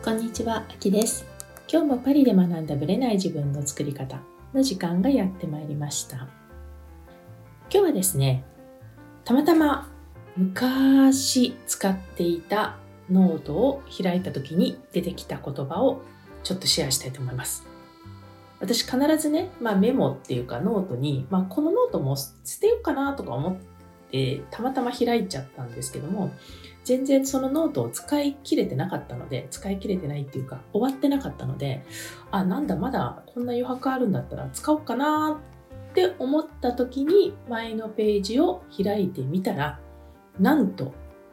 こんにちは、あきです。今日もパリで学んだブレない自分の作り方の時間がやってまいりました。今日はですね、たまたま昔使っていたノートを開いた時に出てきた言葉をちょっとシェアしたいと思います。私必ずね、メモっていうかノートに、このノートも捨てようかなとか思ってたまたま開いちゃったんですけども、全然そのノートを使い切れてなかったので、使い切れてないっていうか終わってなかったので、なんだまだこんな余白あるんだったら使おうかなって思った時に前のページを開いてみたら、なんと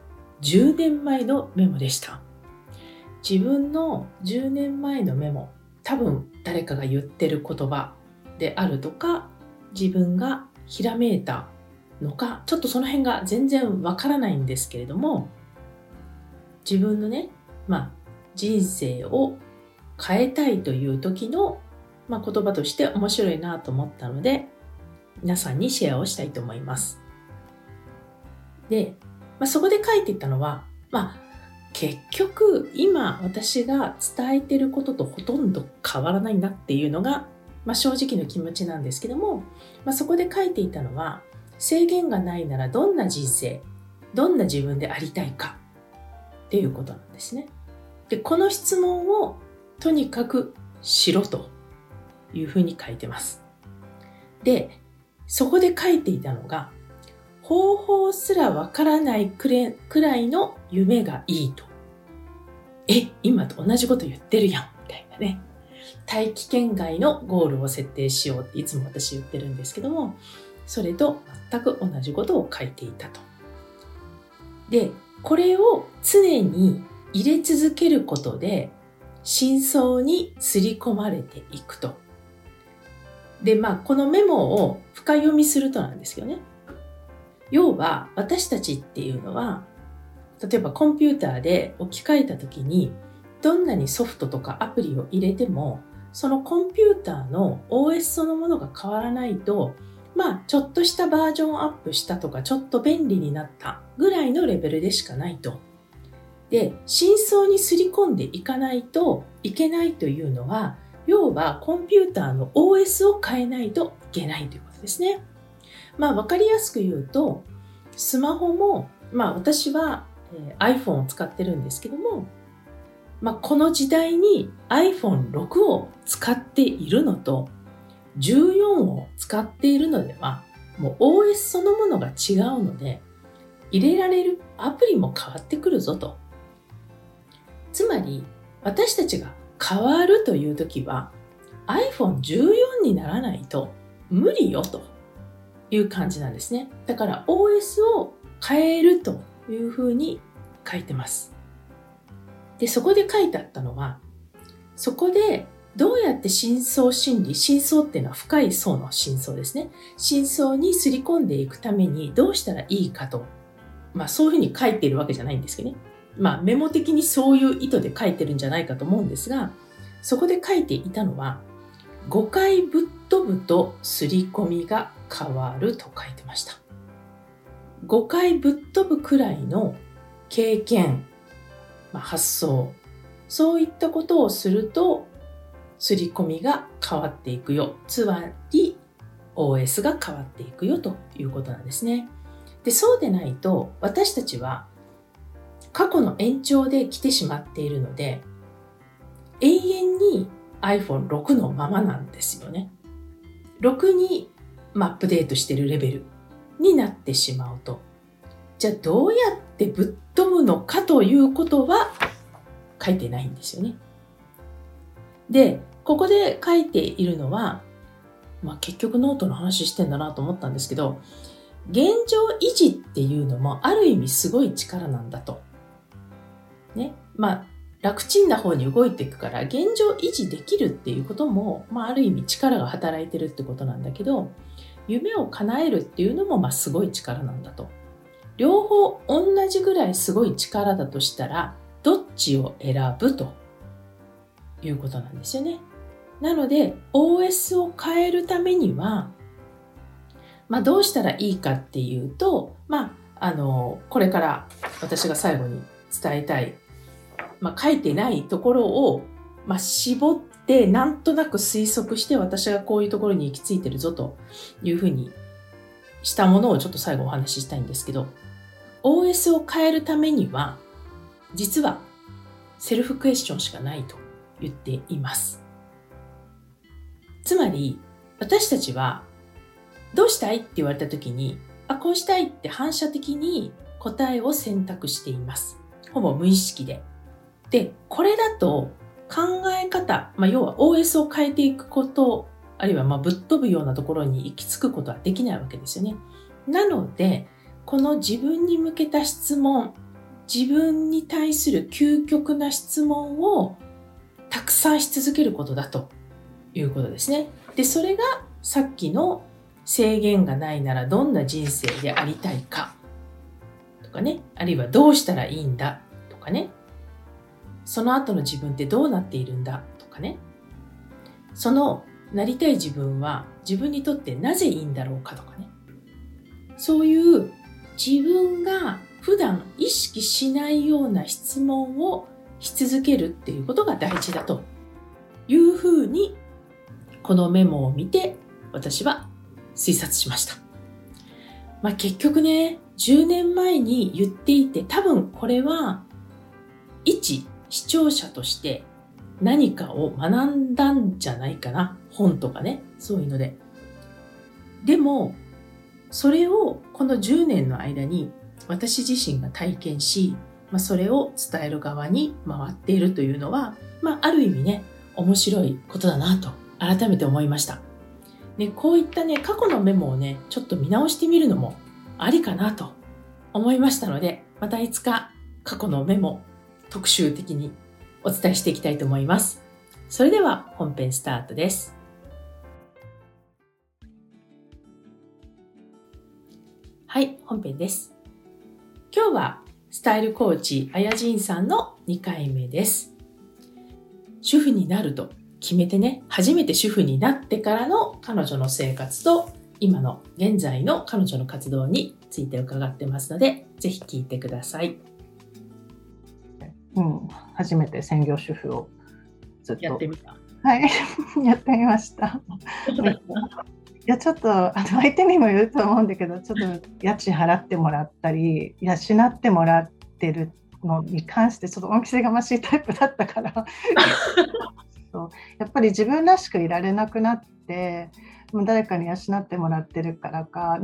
10年前のメモでした。自分の10年前のメモ、多分誰かが言ってる言葉であるとか、自分がひらめいたのか、ちょっとその辺が全然わからないんですけれども、自分のね、人生を変えたいという時の、言葉として面白いなと思ったので、皆さんにシェアをしたいと思います。で、そこで書いていったのは、結局今私が伝えていることとほとんど変わらないなっていうのが、正直な気持ちなんですけども、そこで書いていたのは、制限がないならどんな人生、どんな自分でありたいかっていうことなんですね。で、この質問をとにかくしろというふうに書いてます。で、そこで書いていたのが、方法すらわからないくらいの夢がいいと。今と同じこと言ってるやんみたいなね。大気圏外のゴールを設定しようっていつも私言ってるんですけども、それと全く同じことを書いていたと。で、これを常に入れ続けることで深層に刷り込まれていくと。で、このメモを深読みするとなんですよね。要は私たちっていうのは、例えばコンピューターで置き換えた時にどんなにソフトとかアプリを入れても、そのコンピューターの OS そのものが変わらないと、ちょっとしたバージョンアップしたとか、ちょっと便利になったぐらいのレベルでしかないと。で、深層に刷り込んでいかないといけないというのは、要はコンピューターの OS を変えないといけないということですね。わかりやすく言うと、スマホも、私は、iPhone を使ってるんですけども、この時代に iPhone6 を使っているのと、14を使っているのでは、もう OS そのものが違うので、入れられるアプリも変わってくるぞと。つまり、私たちが変わるというときは、iPhone14 にならないと無理よという感じなんですね。だから OS を変えるというふうに書いてます。で、そこで書いてあったのは、そこでどうやって深層心理、深層っていうのは深い層の深層ですね。深層にすり込んでいくためにどうしたらいいかと。そういうふうに書いているわけじゃないんですけどね。メモ的にそういう意図で書いてるんじゃないかと思うんですが、そこで書いていたのは、5回ぶっ飛ぶとすり込みが変わると書いてました。5回ぶっ飛ぶくらいの経験、発想、そういったことをすると、刷り込みが変わっていくよ。つまり OS が変わっていくよということなんですね。で、そうでないと私たちは過去の延長で来てしまっているので、永遠に iPhone6 のままなんですよね。6にアップデートしているレベルになってしまうと、じゃあどうやってぶっ飛ぶのかということは書いてないんですよね。で、ここで書いているのは、結局ノートの話してんだなと思ったんですけど、現状維持っていうのもある意味すごい力なんだと。ね。楽ちんな方に動いていくから現状維持できるっていうことも、ある意味力が働いてるってことなんだけど、夢を叶えるっていうのもすごい力なんだと。両方同じぐらいすごい力だとしたら、どっちを選ぶということなんですよね。なので OS を変えるためには、どうしたらいいかっていうと、これから私が最後に伝えたい、 書いてないところを、絞ってなんとなく推測して私がこういうところに行き着いてるぞというふうにしたものをちょっと最後お話ししたいんですけど、 OS を変えるためには実はセルフクエスチョンしかないと言っています。つまり私たちはどうしたいって言われた時に、こうしたいって反射的に答えを選択しています。ほぼ無意識で。で、これだと考え方、要は OS を変えていくこと、あるいはぶっ飛ぶようなところに行き着くことはできないわけですよね。なので、この自分に向けた質問、自分に対する究極な質問をたくさんし続けることだということですね。で、それがさっきの制限がないならどんな人生でありたいかとかね、あるいはどうしたらいいんだとかね、その後の自分ってどうなっているんだとかね、そのなりたい自分は自分にとってなぜいいんだろうかとかね、そういう自分が普段意識しないような質問をし続けるっていうことが大事だというふうに、このメモを見て私は推察しました。結局ね、10年前に言っていて、多分これは一視聴者として何かを学んだんじゃないかな。本とかね、そういうので。でも、それをこの10年の間に私自身が体験し、それを伝える側に回っているというのは、ある意味ね、面白いことだなと改めて思いました。ね、こういったね、過去のメモをね、ちょっと見直してみるのもありかなと思いましたので、またいつか過去のメモ特集的にお伝えしていきたいと思います。それでは本編スタートです。はい、本編です。今日はスタイルコーチあやじんさんの2回目です。主婦になると決めてね、初めて主婦になってからの彼女の生活と今の現在の彼女の活動について伺ってますので、ぜひ聞いてください。 初めて専業主婦をずっとやってみた。 はいやってみました。いやちょっと相手にもよると思うんだけど、ちょっと家賃払ってもらったり養ってもらってるのに関してちょっと恩着せがましいタイプだったからやっぱり自分らしくいられなくなって、もう誰かに養ってもらってるからか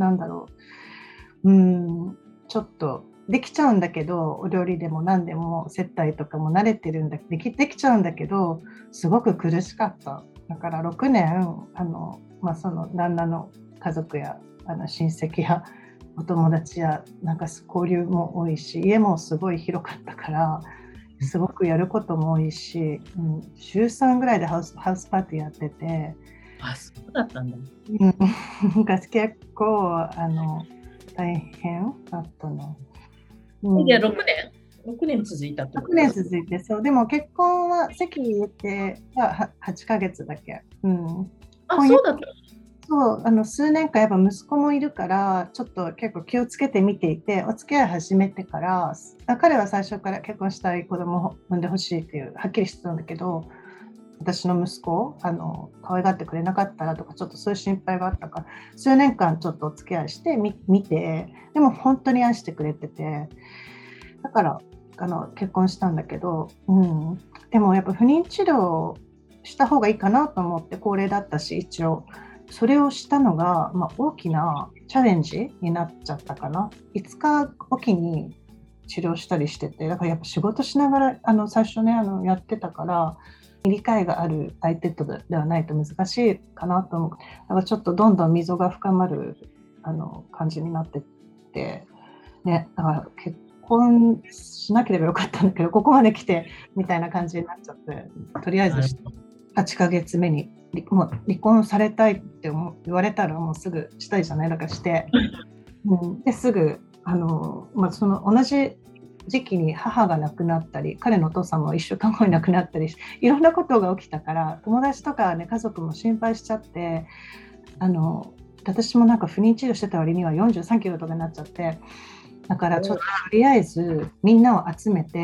ちょっとできちゃうんだけど、お料理でも何でも接待とかも慣れてるんだできちゃうんだけど、すごく苦しかった。だから6年その旦那の家族や親戚やお友達や交流も多いし、家もすごい広かったからすごくやることも多いし、週3ぐらいでハウスパーティーやってて、 そうだったんだ。 結構大変だったの。 いや、6年続いたってこと？ 6年続いて、そう。でも結婚は籍入れては8ヶ月だけ。 そうだった。 そう、数年間やっぱ息子もいるからちょっと結構気をつけて見ていて、お付き合い始めてから彼は最初から結婚したい、子供を産んでほしいっていうはっきりしてたんだけど、私の息子を可愛がってくれなかったらとか、ちょっとそういう心配があったから、数年間ちょっとお付き合いして見て、でも本当に愛してくれてて、だから結婚したんだけど、でもやっぱ不妊治療した方がいいかなと思って、高齢だったし一応それをしたのが、大きなチャレンジになっちゃったかな。5日おきに治療したりしてて、だからやっぱ仕事しながら最初ねやってたから、理解がある相手とではないと難しいかなと思う。だからちょっとどんどん溝が深まる感じになってってね、だから結婚しなければよかったんだけど、ここまで来てみたいな感じになっちゃって、とりあえず8ヶ月目にもう離婚されたいって言われたらもうすぐしたいじゃない、だからして、ですぐその同じ時期に母が亡くなったり、彼のお父さんも1週間後に亡くなったり、いろんなことが起きたから、友達とか、家族も心配しちゃって、私も不妊治療してた割には43キロとかになっちゃって、だからちょっととりあえずみんなを集めて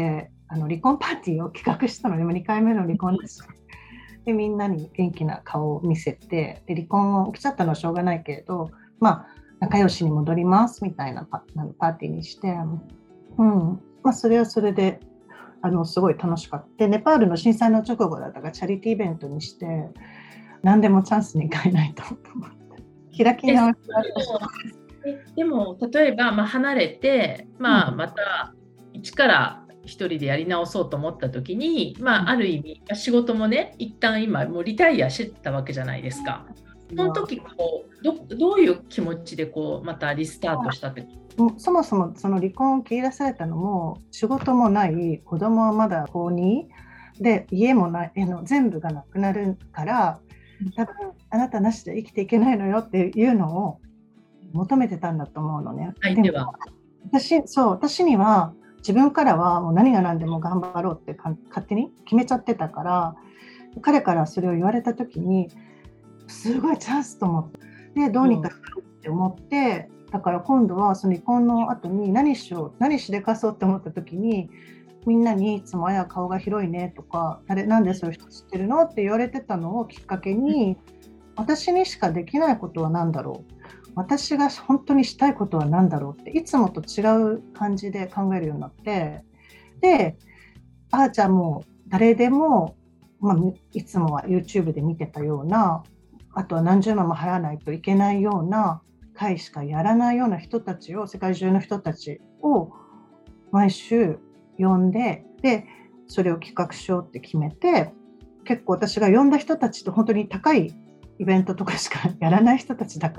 離婚パーティーを企画したので、2回目の離婚です。でみんなに元気な顔を見せて、で離婚起きちゃったのはしょうがないけれど、仲良しに戻りますみたいなパーティーにして、それはそれですごい楽しかった。でネパールの震災の直後だったからチャリティーイベントにして、何でもチャンスに変えないと思って開き直り。 でも例えば、離れて、また一から一人でやり直そうと思った時に、ある意味仕事もね、一旦今もうリタイアしてたわけじゃないですか。その時どういう気持ちでまたリスタートしたって？ そもそもその離婚を切り出されたのも、仕事もない、子供はまだ高2で、家もない、全部がなくなるから、多分あなたなしで生きていけないのよっていうのを求めてたんだと思うのね。 でも私には自分からはもう何が何でも頑張ろうって勝手に決めちゃってたから、彼からそれを言われた時にすごいチャンスと思って、でどうにかしようって思って、だから今度はその離婚の後に何しでかそうって思った時に、みんなにいつも顔が広いねとか、なんでそういう人知ってるのって言われてたのをきっかけに、私にしかできないことは何だろう、私が本当にしたいことは何だろうっていつもと違う感じで考えるようになって、でじゃあもう誰でも、いつもは YouTube で見てたような、あとは何十万も払わないといけないような会しかやらないような人たちを、世界中の人たちを毎週呼んで、でそれを企画しようって決めて、結構私が呼んだ人たちと本当に高いイベントとかしかやらない人たちだから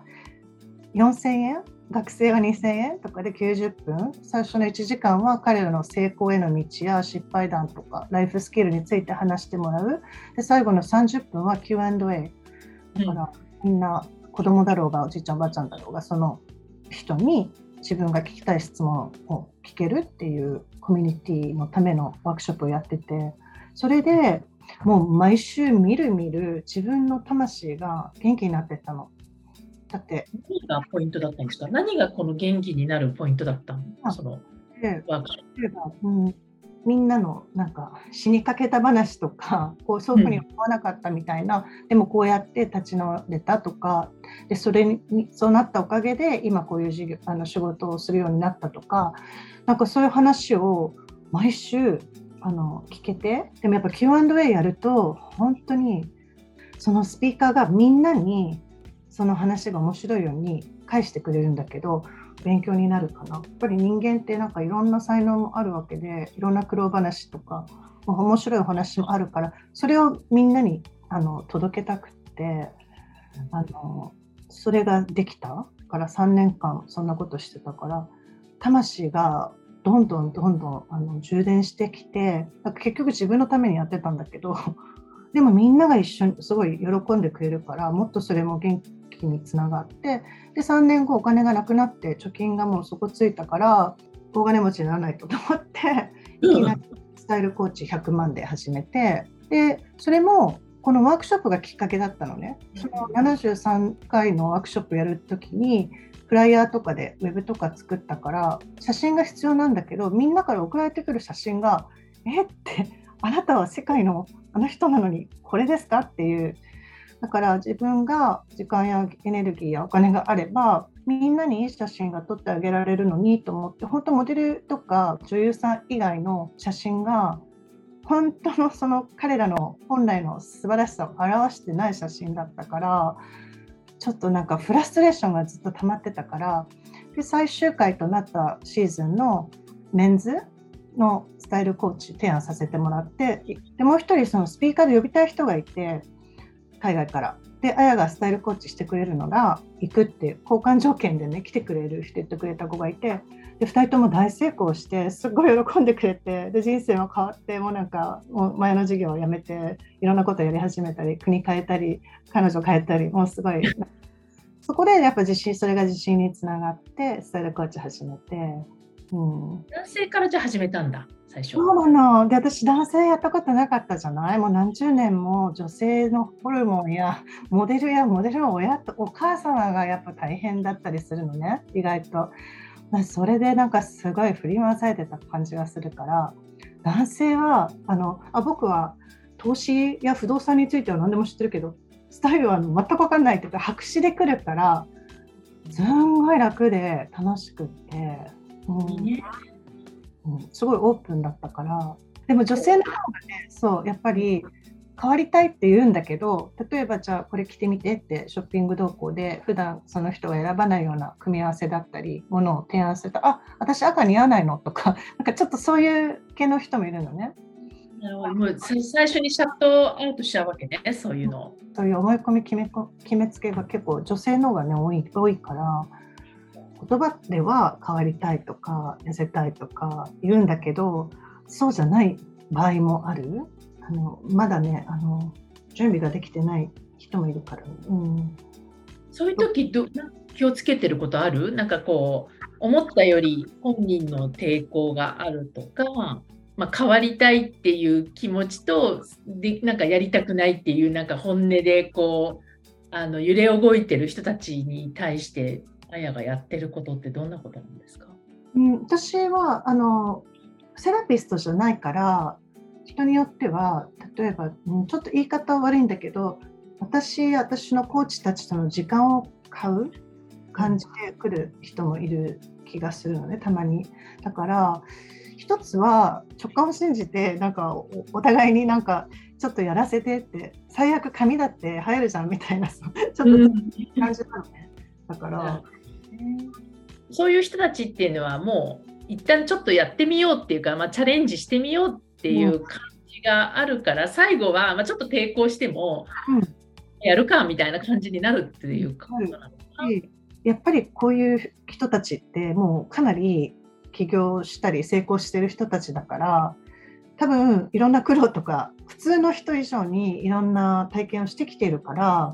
、4000円、学生は2000円とかで90分、最初の1時間は彼らの成功への道や失敗談とかライフスキルについて話してもらう。で最後の30分は Q&A だから、みんな子供だろうがおじいちゃんおばあちゃんだろうが、その人に自分が聞きたい質問を聞けるっていうコミュニティのためのワークショップをやってて、それでもう毎週みるみる自分の魂が元気になってったの。だって何がポイントだったんですか？何がこの元気になるポイントだったの？そのワークショップ。 みんなのなんか死にかけた話とか、そういうふうに思わなかったみたいな、でもこうやって立ち直れたとかで、そうなったおかげで今こういう仕事をするようになったとか、なんかそういう話を毎週聞けて、でもやっぱ Q&A やると本当にそのスピーカーがみんなにその話が面白いように返してくれるんだけど、勉強になるかな。やっぱり人間ってなんかいろんな才能もあるわけで、いろんな苦労話とか面白いお話もあるから、それをみんなに届けたくってそれができたから3年間そんなことしてたから、魂がどんどん充電してきて、結局自分のためにやってたんだけど、でもみんなが一緒にすごい喜んでくれるから、もっとそれも元気につながって、で3年後お金がなくなって貯金がもう底ついたから、大金持ちにならないと思っていきなりスタイルコーチ100万で始めて、でそれもこのワークショップがきっかけだったのね。その73回のワークショップやるときにフライヤーとかでウェブとか作ったから、写真が必要なんだけど、みんなから送られてくる写真がってあなたは世界のあの人なのにこれですかっていう。だから自分が時間やエネルギーやお金があればみんなにいい写真が撮ってあげられるのにと思って、本当モデルとか女優さん以外の写真が本当のその彼らの本来の素晴らしさを表してない写真だったから、ちょっとなんかフラストレーションがずっと溜まってたから、で最終回となったシーズンのメンズのスタイルコーチ提案させてもらって、でもう一人そのスピーカーで呼びたい人がいて、海外からで、あやがスタイルコーチしてくれるのが行くって交換条件でね、来てくれるって言ってくれた子がいて、で2人とも大成功してすごい喜んでくれて、で人生も変わって、もうなんかもう前の授業を辞めていろんなことをやり始めたり、国変えたり彼女変えたり、もうすごいそこでやっぱそれが自信につながってスタイルコーチ始めて、 男性からじゃあ始めたんだ最初。 そうなの。で私男性やったことなかったじゃない。もう何十年も女性のホルモンやモデルの親とお母様がやっぱ大変だったりするのね、意外と。それでなんかすごい振り回されてた感じがするから、 男性は僕は投資や不動産については何でも知ってるけど、スタイルは全く分かんないって言って白紙で来るから、すんごい楽で楽しくって、すごいオープンだったから。でも女性の方がね、そうやっぱり変わりたいって言うんだけど、例えばじゃあこれ着てみてってショッピング動向で普段その人が選ばないような組み合わせだったりものを提案すると、あ、私赤似合わないのとか、なんかちょっとそういう系の人もいるのね。 もう最初にシャットアウトしちゃうわけね、そういうの。 そういう思い込み決めつけが結構女性の方がね多いから、言葉では変わりたいとか痩せたいとか言うんだけど、そうじゃない場合もある。まだね準備ができてない人もいるから、 そういう時気をつけてることある？なんかこう思ったより本人の抵抗があるとか、変わりたいっていう気持ちとなんかやりたくないっていうなんか本音でこう揺れ動いてる人たちに対してあやがやってることってどんなことなんですか？ 私はセラピストじゃないから、人によっては例えば、ちょっと言い方は悪いんだけど、私のコーチたちとの時間を買う感じで来る人もいる気がするのね、たまに。だから一つは直感を信じて、なんか お互いになんかちょっとやらせてって、最悪紙だって流行るじゃんみたいなちょっと感じなのね。だから、 そういう人たちっていうのはもう一旦ちょっとやってみようっていうか、チャレンジしてみようっていう感じがあるから、最後は、ちょっと抵抗しても、やるかみたいな感じになるっていうか、 やっぱりこういう人たちってもうかなり起業したり成功してる人たちだから、多分いろんな苦労とか普通の人以上にいろんな体験をしてきているから、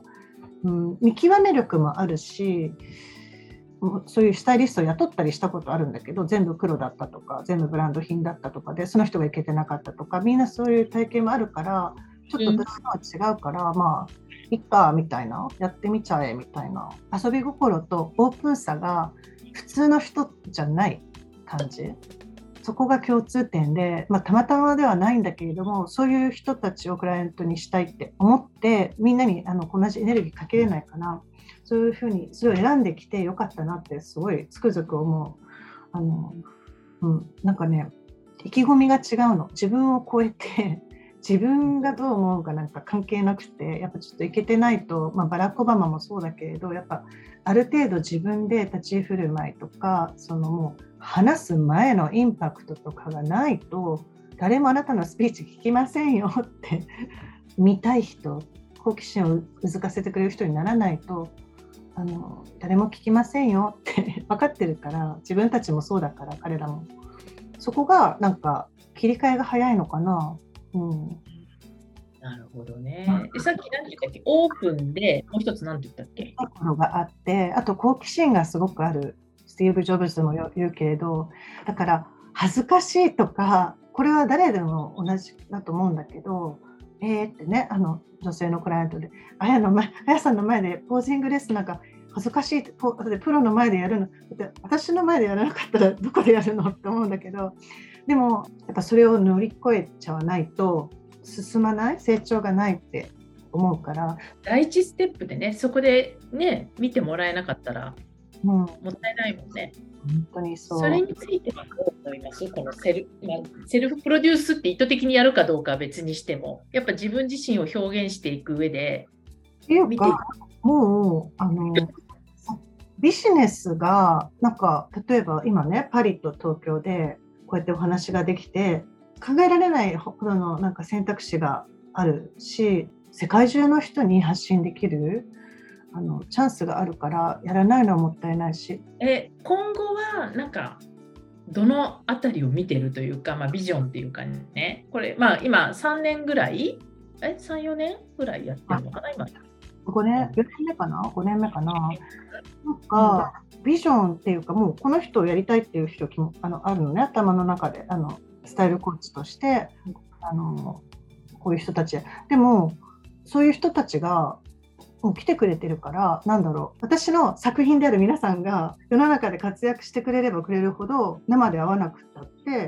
見極め力もあるし、そういうスタイリストを雇ったりしたことあるんだけど、全部黒だったとか全部ブランド品だったとかで、その人がいけてなかったとか、みんなそういう体験もあるから、ちょっと私とは違うから、いっかみたいな、やってみちゃえみたいな、遊び心とオープンさが普通の人じゃない感じ、そこが共通点で、たまたまではないんだけれども、そういう人たちをクライアントにしたいって思って、みんなに同じエネルギーかけれないかな、そういうふうにそれを選んできてよかったなってすごいつくづく思う。なんかね、意気込みが違うの。自分を超えて自分がどう思うかなんか関係なくて、やっぱちょっといけてないと、バラク・オバマもそうだけれど、やっぱある程度自分で立ち振る舞いとか、もう話す前のインパクトとかがないと、誰もあなたのスピーチ聞きませんよって見たい人、好奇心をうずかせてくれる人にならないと、誰も聞きませんよって分かってるから、自分たちもそうだから、彼らもそこがなんか切り替えが早いのかな。 なるほどね。さっき何て言ったっけ、オープンでもう一つ何て言ったっけ、 ところがあって、あと好奇心がすごくある。スティーブ・ジョブズも言うけれど、だから恥ずかしいとか、これは誰でも同じだと思うんだけど、ってね、女性のクライアントであやさんの前でポージングレッスンなんか恥ずかしいって、プロの前でやるのって私の前でやらなかったらどこでやるのって思うんだけど、でもやっぱそれを乗り越えちゃわないと進まない、成長がないって思うから、 第一ステップでね、そこでね見てもらえなかったらもったいないもんね。 本当にそう。 それについてはどう思います？このセルフプロデュースって意図的にやるかどうかは別にしても、やっぱ自分自身を表現していく上で見ていく、もうビジネスがなんか、例えば今ね、パリと東京でこうやってお話ができて、考えられないほどのなんか選択肢があるし、世界中の人に発信できるチャンスがあるから、やらないのはもったいないし。 今後はなんかどのあたりを見てるというか、ビジョンっていうかね、これ今3年ぐらい3、4年ぐらいやってるのかな、今 4年目かな、5年目かな。なんかビジョンっていうか、もうこの人をやりたいっていう人あるのね、頭の中で。スタイルコーチとしてこういう人たちでも、そういう人たちがもう来てくれてるから、私の作品である皆さんが世の中で活躍してくれればくれるほど、生で会わなくったって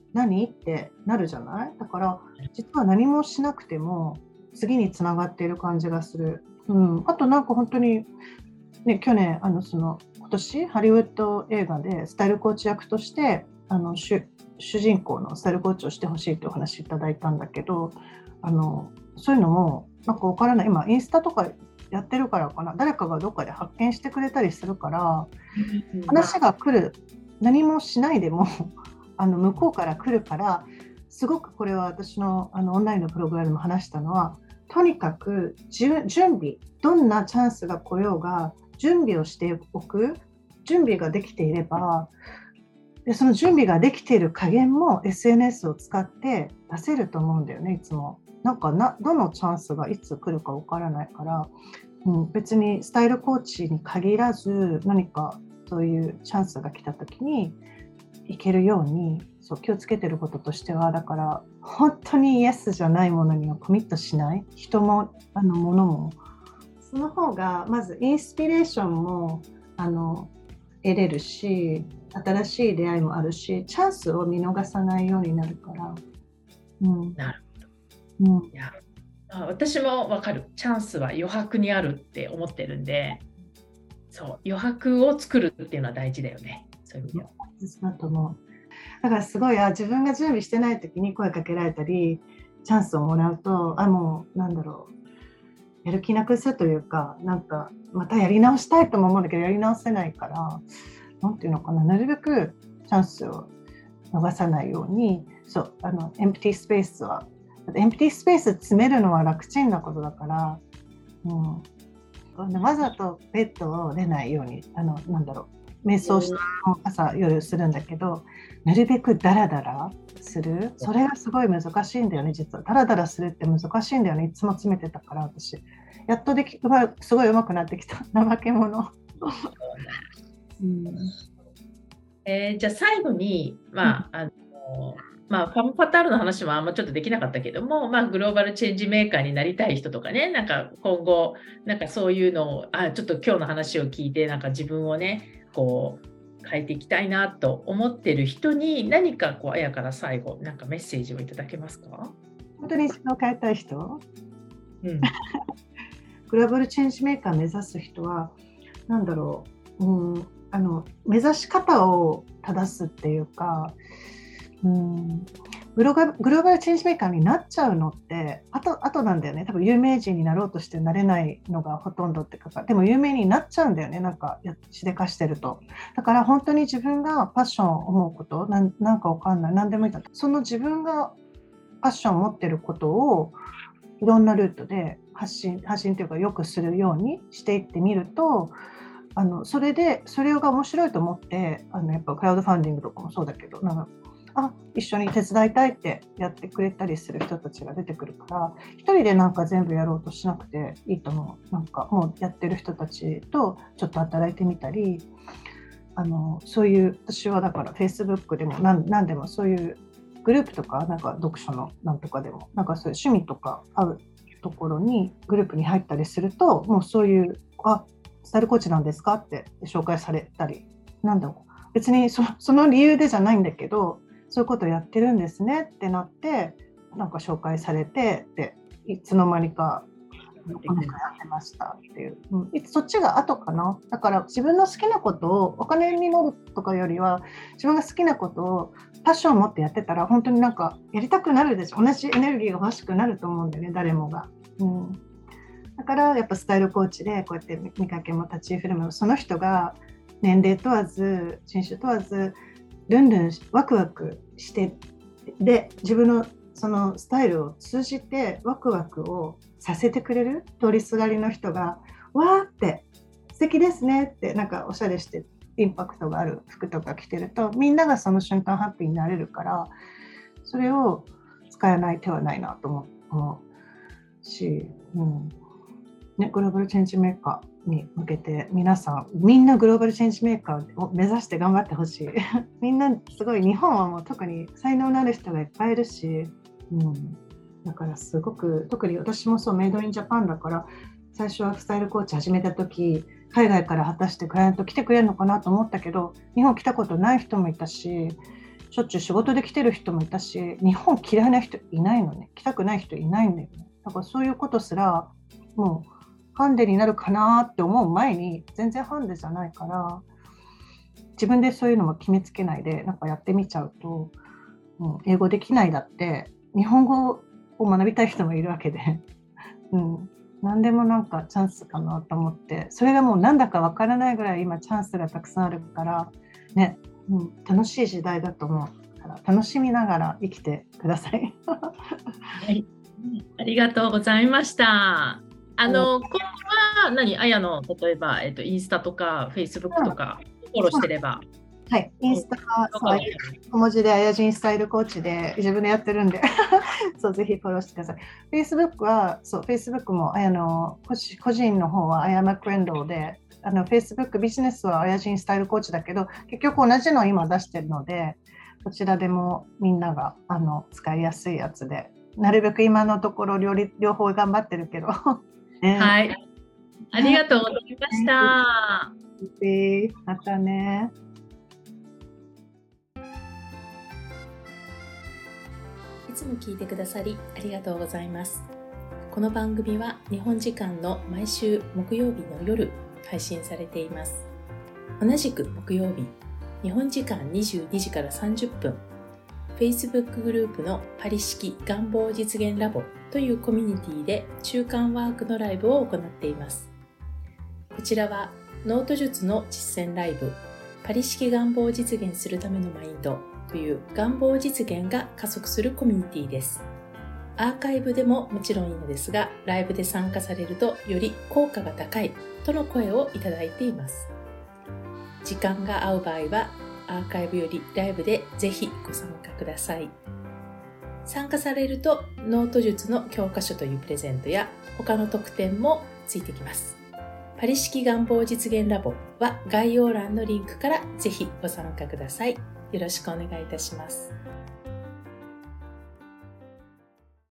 何ってなるじゃない。だから実は何もしなくても次につながっている感じがする。あとなんか本当に、ね、去年今年ハリウッド映画でスタイルコーチ役として主人公のスタイルコーチをしてほしいというお話いただいたんだけど、そういうのもなんか分からない。今インスタとかやってるからかな、誰かがどっかで発見してくれたりするから、話が来る、何もしないでも向こうから来るから、すごくこれは私のオンラインのプログラムでも話したのは、とにかく準備、どんなチャンスが来ようが準備をしておく。準備ができていれば、でその準備ができている加減も SNS を使って出せると思うんだよね。いつもなんかどのチャンスがいつ来るか分からないから、別にスタイルコーチに限らず、何かそういうチャンスが来た時にいけるように、そう気をつけてることとしては、だから本当にイエスじゃないものにはコミットしない。人も物も、その方がまずインスピレーションも得れるし、新しい出会いもあるし、チャンスを見逃さないようになるから。 なるほど。いや、私も分かる。チャンスは余白にあるって思ってるんで、そう余白を作るっていうのは大事だよね。そういう意味では。 だと思う。だからすごい自分が準備してない時に声かけられたりチャンスをもらうと、もうなんだろう、やる気なくすというか、なんかまたやり直したいとも思うんだけどやり直せないから、なんていうのかな、なるべくチャンスを逃さないように。そうエンプティスペースは、エンプティスペース詰めるのは楽ちんなことだから、わざとベッドを出ないようになんだろう、瞑想して朝夜するんだけど、なるべくダラダラする。それがすごい難しいんだよね。実はダラダラするって難しいんだよね。いつも詰めてたから私。やっとすごい上手くなってきた。怠け者。 じゃあ最後に、ファム・ファタールの話もあんまちょっとできなかったけども、グローバルチェンジメーカーになりたい人とかね、なんか今後なんかそういうのをちょっと今日の話を聞いて、なんか自分をねこう変えていきたいなと思ってる人に、何かあやから最後なんかメッセージをいただけますか？ 本当に自分を変えたい人、グローバルチェンジメーカー目指す人は、なんだろう、目指し方を正すっていうか、グローバルチェンジメーカーになっちゃうのって後なんだよね。多分有名人になろうとしてなれないのがほとんどってか、でも有名になっちゃうんだよね。なんかしでかしてると。だから本当に自分がパッションを思うこと、なんかわかんない、何でもいいんだ。その自分がパッションを持ってることをいろんなルートで発信というかよくするようにしていってみると、それが面白いと思って、やっぱクラウドファンディングとかもそうだけど、一緒に手伝いたいってやってくれたりする人たちが出てくるから、一人でなんか全部やろうとしなくていいと思う。なんかもうやってる人たちとちょっと働いてみたり、そういう私はだから Facebook でも何でもそういうグループとか、なんか読書のなんとかでも、なんかそういう趣味とか合うところにグループに入ったりすると、もうそういうスタイルコーチなんですかって紹介されたり、なんだろう、別にその理由でじゃないんだけど、そういうことをやってるんですねってなって、なんか紹介されて、でいつの間にかこの人やってましたっていう、そっちが後かな。だから自分の好きなことをお金になるとかよりは、自分が好きなことをパッションを持ってやってたら、本当になんかやりたくなるでしょ。同じエネルギーが欲しくなると思うんだよね、誰もが。だからやっぱスタイルコーチでこうやって見かけも立ち居振る舞いも、その人が年齢問わず人種問わずルンルンワクワクして、で自分のそのスタイルを通じてワクワクをさせてくれる。通りすがりの人がわーって素敵ですねってなんかおしゃれしてインパクトがある服とか着てると、みんながその瞬間ハッピーになれるから、それを使えない手はないなと思うし、グローバルチェンジメーカーに向けて皆さんみんなグローバルチェンジメーカーを目指して頑張ってほしい。みんなすごい、日本はもう特に才能のある人がいっぱいいるし、だからすごく、特に私もそう、メイドインジャパンだから、最初はスタイルコーチ始めた時、海外から果たしてクライアント来てくれるのかなと思ったけど、日本来たことない人もいたし、 しょっちゅう仕事で来てる人もいたし、日本嫌いな人いないのね。来たくない人いないんだよね。だからそういうことすらもうハンデになるかなって思う前に全然ハンデじゃないから、自分でそういうのも決めつけないでなんかやってみちゃうと、もう英語できないだって日本語を学びたい人もいるわけで、何でもなんかチャンスかなと思って、それがもうなんだかわからないぐらい今チャンスがたくさんあるからね、楽しい時代だと思うから楽しみながら生きてください。 はい、ありがとうございました。今後はあやの例えば、インスタとかフェイスブックとかフォローしてれば、 はい、インスタは小文字であやじんスタイルコーチで自分でやってるんでそうぜひフォローしてください。フェイスブックはフェイスブックも個人の方はあやまクレンドで、フェイスブックビジネスはあやじんスタイルコーチだけど、結局同じのを今出してるので、こちらでもみんなが使いやすいやつで、なるべく今のところ両方頑張ってるけどはい、ありがとうございました。 またね。 いつも聞いてくださりありがとうございます。この番組は日本時間の毎週木曜日の夜配信されています。同じく木曜日、日本時間22時から30分、Facebook グループのパリ式願望実現ラボというコミュニティで中間ワークのライブを行っています。こちらはノート術の実践ライブ、パリ式願望を実現するためのマインドという願望実現が加速するコミュニティです。アーカイブでももちろんいいのですが、ライブで参加されるとより効果が高いとの声をいただいています。時間が合う場合はアーカイブよりライブでぜひご参加ください。参加されるとノート術の教科書というプレゼントや他の特典もついてきます。パリ式願望実現ラボは概要欄のリンクからぜひご参加ください。よろしくお願いいたします。